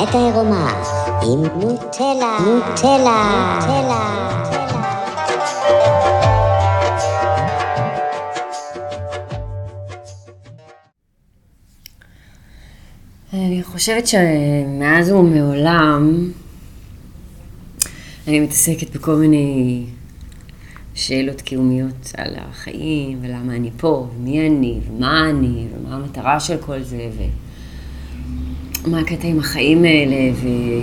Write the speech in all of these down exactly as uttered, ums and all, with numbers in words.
דיאטה עירומה עם נוטלה, נוטלה, נוטלה. אני חושבת שמאז ומעולם אני מתעסקת בכל מיני שאלות קיומיות על החיים ולמה אני פה ומי אני ומה אני ומה המטרה של כל זה ומה הקטע עם החיים האלה,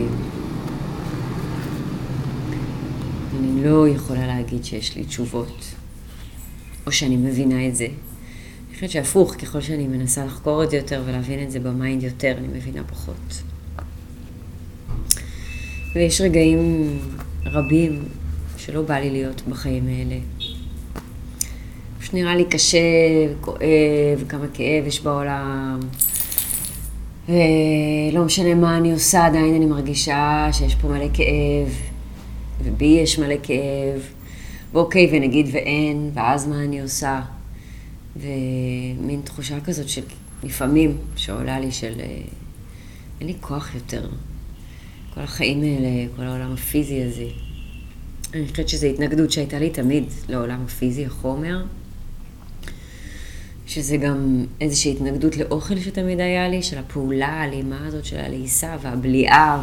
ואני לא יכולה להגיד שיש לי תשובות או שאני מבינה את זה. אני חושבת שהפוך, ככל שאני מנסה לחקור את זה יותר ולהבין את זה במיינד יותר, אני מבינה פחות. ויש רגעים רבים שלא בא לי להיות בחיים האלה. פשוט נראה לי קשה וכואב, כמה כאב יש בעולם. ולא משנה מה אני עושה, עדיין אני מרגישה שיש פה מלא כאב, ובי יש מלא כאב. ואוקיי, ונגיד ואין, ואז מה אני עושה? ומין תחושה כזאת של לפעמים שעולה לי של אין לי כוח יותר. כל החיים האלה, כל העולם הפיזי הזה. אני חושבת שזו התנגדות שהייתה לי תמיד לעולם הפיזי, החומר. שזה גם איזושהי התנגדות לאוכל שתמיד היה לי, של הפעולה האלימה הזאת של הלעיסה והבליעה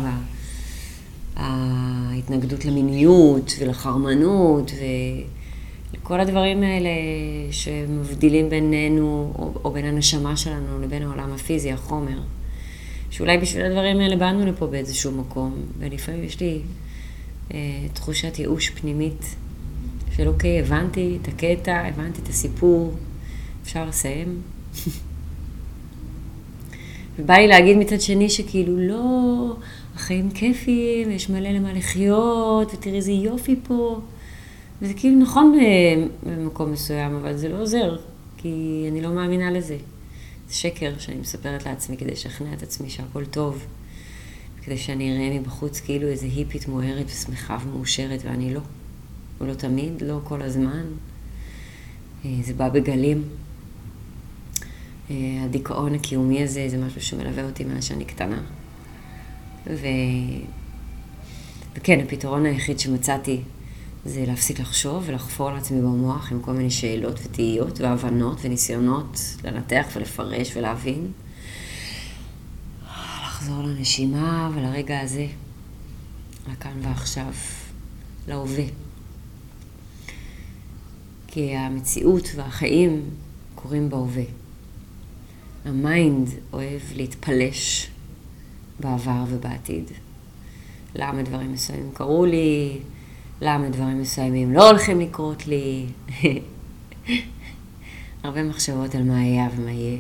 וההתנגדות למיניות ולחרמנות ולכל הדברים האלה שמבדילים בינינו או, או בין הנשמה שלנו לבין העולם הפיזי, החומר. שאולי בשביל הדברים האלה באנו לפה באיזשהו מקום, ולפעמים יש לי אה, תחושת ייאוש פנימית של אוקיי, הבנתי את הקטע, הבנתי את הסיפור, אפשר לסיים. ובא לי להגיד מצד שני שכאילו לא, החיים כיפים, יש מלא למה לחיות, ותראי איזה יופי פה. וזה כאילו נכון במקום מסוים, אבל זה לא עוזר, כי אני לא מאמינה לזה. זה שקר שאני מספרת לעצמי כדי לשכנע את עצמי שהכל טוב, כדי שאני אראה מבחוץ כאילו איזה היפית מוארת ושמחה ומאושרת, ואני לא. או לא תמיד, לא כל הזמן. זה בא בגלים. הדיכאון הקיומי הזה זה משהו שמלווה אותי מאז שאני קטנה. ו... וכן, הפתרון היחיד שמצאתי זה להפסיק לחשוב ולחפור לעצמי במוח עם כל מיני שאלות ותהיות והבנות וניסיונות לנתח ולפרש ולהבין. לחזור לנשימה ולרגע הזה, לכאן ועכשיו, להווה. כי המציאות והחיים קורים בהווה. המיינד אוהב להתפלש בעבר ובעתיד. למה דברים מסוימים קרו לי, למה דברים מסוימים לא הולכים לקרות לי. הרבה מחשבות על מה היה ומה יהיה.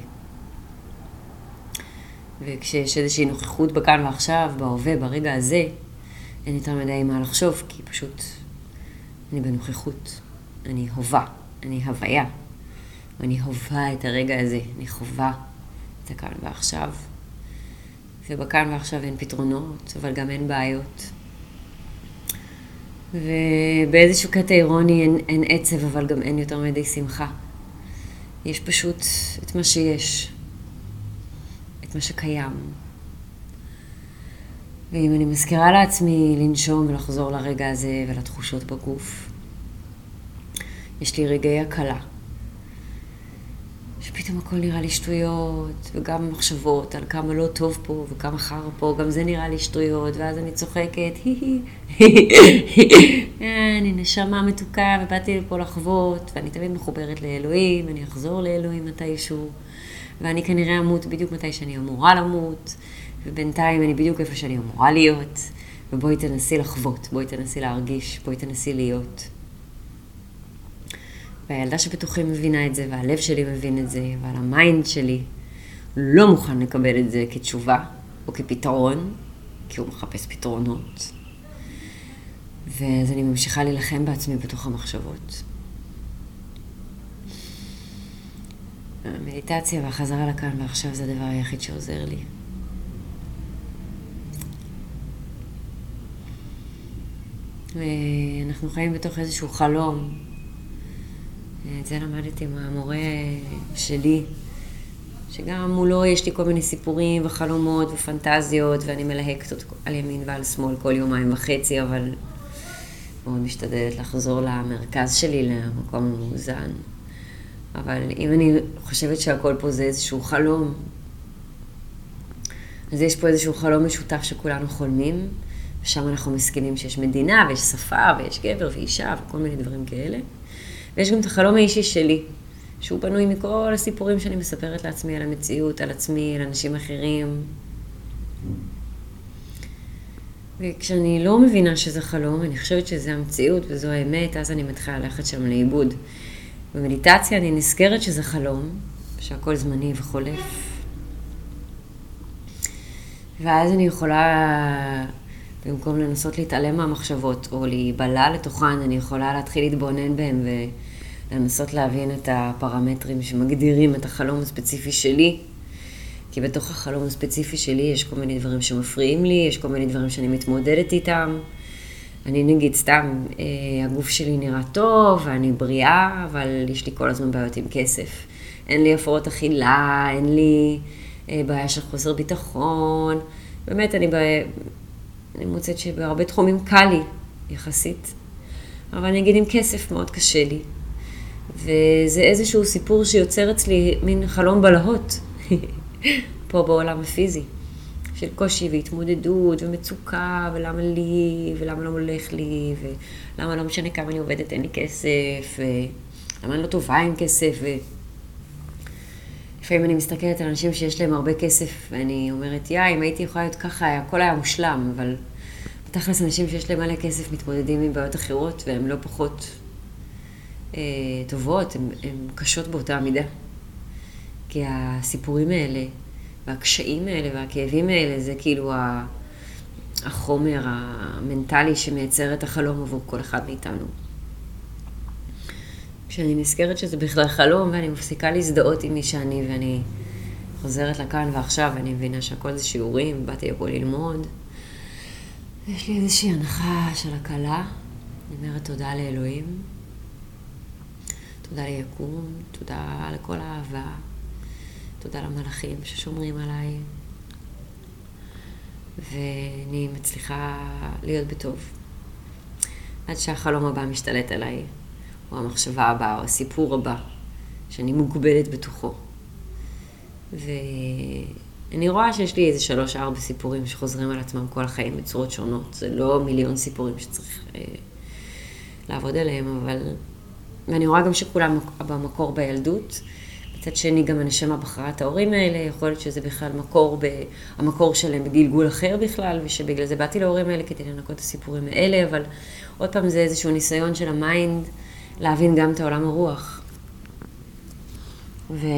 וכשיש איזושהי נוכחות בכאן ועכשיו, בהווה, ברגע הזה, אין יותר מדי מה לחשוב, כי פשוט אני בנוכחות. אני הווה, אני הוויה. ואני הווה את הרגע הזה, אני חווה את הכאן ועכשיו. ובכאן ועכשיו אין פתרונות, אבל גם אין בעיות. ובאיזשהו קטע אירוני אין, אין עצב, אבל גם אין יותר מדי שמחה. יש פשוט את מה שיש, את מה שקיים. ואם אני מזכירה לעצמי לנשום ולחזור לרגע הזה ולתחושות בגוף, יש לי רגעי הקלה. שפתאום הכל נראה לי שטויות, וגם מחשבות על כמה לא טוב פה וכמה חר פה, גם זה נראה לי שטויות, ואז אני צוחקת, אני נשמה מתוקה ובאתי לפה לחוות, ואני תמיד מחוברת לאלוהים, אני אחזור לאלוהים מתישהו, ואני כנראה אמות בדיוק מתי שאני אמורה למות, ובינתיים אני בדיוק איפה שאני אמורה להיות, ובואי תנסי לחוות, בואי תנסי להרגיש, בואי תנסי להיות. והילדה שבתוכי מבינה את זה, והלב שלי מבין את זה, ועל המיינד שלי לא מוכן לקבל את זה כתשובה או כפתרון, כי הוא מחפש פתרונות. ואז אני ממשיכה להילחם בעצמי בתוך המחשבות. המדיטציה והחזרה לכאן ועכשיו זה הדבר היחיד שעוזר לי. ואנחנו חיים בתוך איזשהו חלום. את זה למדתי מהמורה שלי, שגם מולו יש לי כל מיני סיפורים וחלומות ופנטזיות, ואני מלהקת אותו על ימין ועל שמאל כל יומיים וחצי, אבל מאוד משתדלת לחזור למרכז שלי, למקום המאוזן. אבל אם אני חושבת שהכל פה זה איזשהו חלום, אז יש פה איזשהו חלום משותף שכולנו חולמים, ושם אנחנו מסכימים שיש מדינה, ויש שפה, ויש גבר ואישה, וכל מיני דברים כאלה. ויש גם את החלום האישי שלי, שהוא בנוי מכל הסיפורים שאני מספרת לעצמי על המציאות, על עצמי, על אנשים אחרים. וכשאני לא מבינה שזה חלום, אני חושבת שזה המציאות וזו האמת, אז אני מתחילה ללכת שם לאיבוד. במדיטציה אני נזכרת שזה חלום, שהכל זמני וחולף. ואז אני יכולה, במקום לנסות להתעלם מהמחשבות או להיבלה לתוכן, אני יכולה להתחיל להתבונן בהם ולנסות להבין את הפרמטרים שמגדירים את החלום הספציפי שלי. כי בתוך החלום הספציפי שלי יש כל מיני דברים שמפריעים לי, יש כל מיני דברים שאני מתמודדת איתם. אני נגיד סתם, אה, הגוף שלי נראה טוב ואני בריאה, אבל יש לי כל הזמן בעיות עם כסף. אין לי הפרעות אכילה, אין לי אה, בעיה של חוסר ביטחון. באמת, אני, ב... אני מוצאת שבהרבה תחומים קל לי, יחסית. אבל אני אגיד עם כסף מאוד קשה לי. וזה איזשהו סיפור שיוצר אצלי מין חלום בלהות, פה בעולם הפיזי. של קושי והתמודדות ומצוקה, ולמה לי, ולמה לא הולך לי, ולמה לא משנה כמה אני עובדת, אין לי כסף, ולמה אני לא טובה עם כסף. ו... לפעמים אני מסתכלת על אנשים שיש להם הרבה כסף, ואני אומרת, יא, אם הייתי יכולה להיות ככה, הכל היה מושלם, אבל בתכלס אנשים שיש להם מלא כסף מתמודדים עם בעיות אחרות, והן לא פחות אה, טובות, הן קשות באותה מידה. כי הסיפורים האלה, והקשיים האלה והכאבים האלה, זה כאילו החומר המנטלי שמייצר את החלום עבור כל אחד מאיתנו. כשאני נזכרת שזה בכלל חלום, ואני מפסיקה להזדהות עם מי שאני, ואני חוזרת לכאן ועכשיו, ואני מבינה שהכל זה שיעורים, באתי לפה ללמוד. יש לי איזושהי הנחה של הקלה. אני אומרת תודה לאלוהים, תודה ליקום, תודה לכל האהבה. תודה למלאכים ששומרים עליי, ואני מצליחה להיות בטוב. עד שהחלום הבא משתלט עליי, או המחשבה הבאה, או הסיפור הבא, שאני מוגבלת בתוכו. ואני רואה שיש לי איזה שלוש, ארבע סיפורים שחוזרים על עצמם כל החיים בצורות שונות. זה לא מיליון סיפורים שצריך אה, לעבוד עליהם, אבל... ואני רואה גם שכולם במקור בילדות, מצד שני, גם הנשמה בחרה את ההורים האלה, יכול להיות שזה בכלל מקור, ב... המקור שלהם בגלגול אחר בכלל, ושבגלל זה באתי להורים האלה כדי לנקות את הסיפורים האלה, אבל עוד פעם זה איזשהו ניסיון של המיינד להבין גם את העולם הרוח. ויש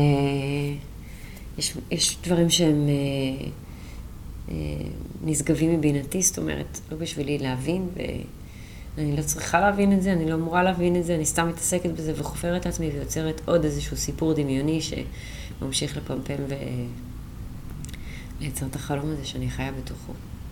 יש דברים שהם אה, אה, נשגבים מבינתי, זאת אומרת, לא בשבילי להבין, ו... אני לא צריכה להבין את זה, אני לא אמורה להבין את זה, אני סתם מתעסקת בזה וחופרת לעצמי ויוצרת עוד איזשהו סיפור דמיוני שממשיך לפמפם ולייצר את החלום הזה שאני חיה בתוכו.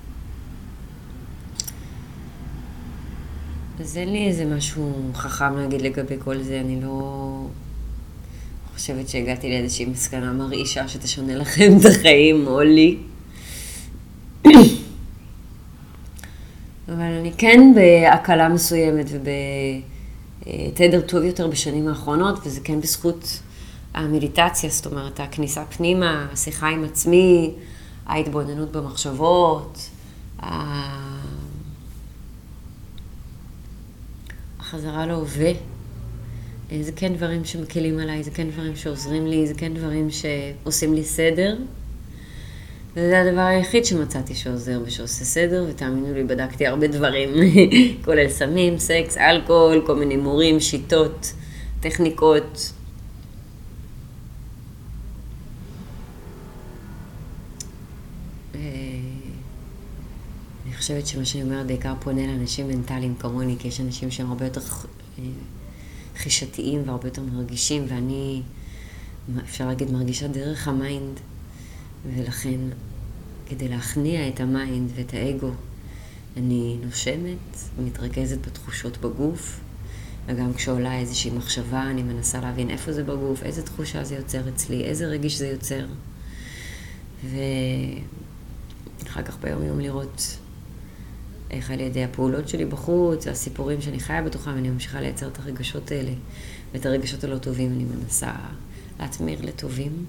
אז אין לי איזה משהו חכם להגיד לגבי כל זה, אני לא חושבת שהגעתי לאיזושהי מסקנה מרעישה שתשנה לכם את החיים או לי. אבל אני כן בהקלה מסוימת ובתדר טוב יותר בשנים האחרונות, וזה כן בזכות המדיטציה, זאת אומרת, הכניסה פנימה, השיחה עם עצמי, ההתבוננות במחשבות, החזרה להווה. זה כן דברים שמקלים עליי, זה כן דברים שעוזרים לי, זה כן דברים שעושים לי סדר. וזה הדבר היחיד שמצאתי שעוזר ושעושה סדר, ותאמינו לי, בדקתי הרבה דברים, כולל סמים, סקס, אלכוהול, כל מיני מורים, שיטות, טכניקות. אני חושבת שמה שאני אומרת בעיקר פונה לאנשים מנטליים כמוני, כי יש אנשים שהם הרבה יותר חישתיים והרבה יותר מרגישים, ואני, אפשר להגיד, מרגישה דרך המיינד. ולכן, כדי להכניע את המיינד ואת האגו, אני נושמת ומתרכזת בתחושות בגוף, וגם כשעולה איזושהי מחשבה, אני מנסה להבין איפה זה בגוף, איזה תחושה זה יוצר אצלי, איזה רגיש זה יוצר. ואחר כך ביום יום לראות איך על ידי הפעולות שלי בחוץ, הסיפורים שאני חיה בתוכם, אני ממשיכה לייצר את הרגשות האלה. ואת הרגשות הלא טובים אני מנסה להתמיר לטובים.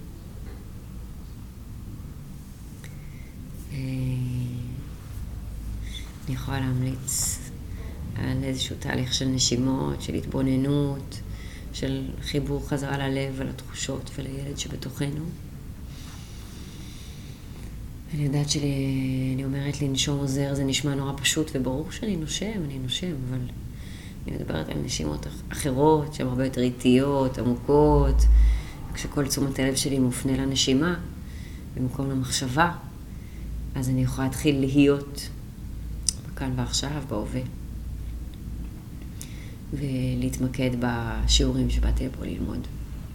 אני יכולה להמליץ על איזשהו תהליך של נשימות, של התבוננות, של חיבור חזרה ללב ולתחושות ולילד שבתוכנו. אני יודעת שאני אומרת לנשום עוזר, זה נשמע נורא פשוט, וברור שאני נושם, אני נושם, אבל אני מדברת על נשימות אחרות, שהן הרבה יותר איטיות, עמוקות, כשכל תשומת הלב שלי מופנה לנשימה, במקום למחשבה, אז אני יכולה להתחיל להיות כאן ועכשיו, בהווה, ולהתמקד בשיעורים שבאתי לפה ללמוד.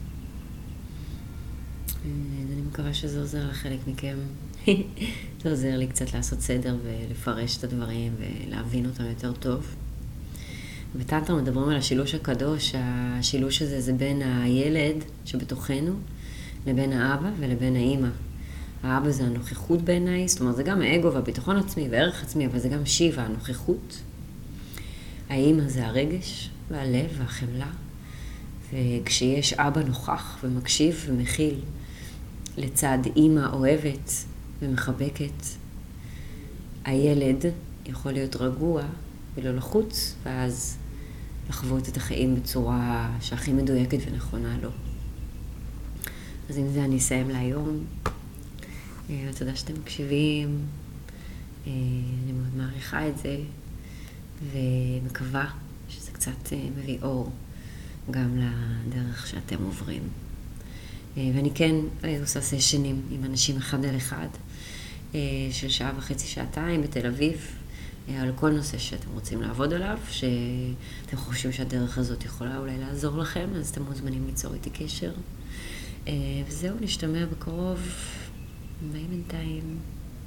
אני מקווה שזה עוזר לחלק מכם. זה עוזר לי קצת לעשות סדר ולפרש את הדברים ולהבין אותם יותר טוב. בטנטרה מדברים על השילוש הקדוש. השילוש הזה זה בין הילד שבתוכנו לבין האבא ולבין האמא. האבא זה הנוכחות בעיניי, זאת אומרת זה גם האגו והביטחון עצמי וערך עצמי, אבל זה גם שיבה, הנוכחות. האמא זה הרגש והלב והחמלה. וכשיש אבא נוכח ומקשיב ומכיל לצד אמא אוהבת ומחבקת, הילד יכול להיות רגוע ולא לחוץ, ואז לחוות את החיים בצורה שהכי מדויקת ונכונה לו. אז עם זה אני אסיים להיום. ותודה שאתם מקשיבים. אני מאוד מעריכה את זה, ומקווה שזה קצת מביא אור גם לדרך שאתם עוברים. ואני כן עושה סשנים עם אנשים אחד על אחד, של שעה וחצי, שעתיים בתל אביב, על כל נושא שאתם רוצים לעבוד עליו, שאתם חושבים שהדרך הזאת יכולה אולי לעזור לכם, אז אתם מוזמנים ליצור איתי קשר. וזהו, נשתמע בקרוב. ביי בינתיים.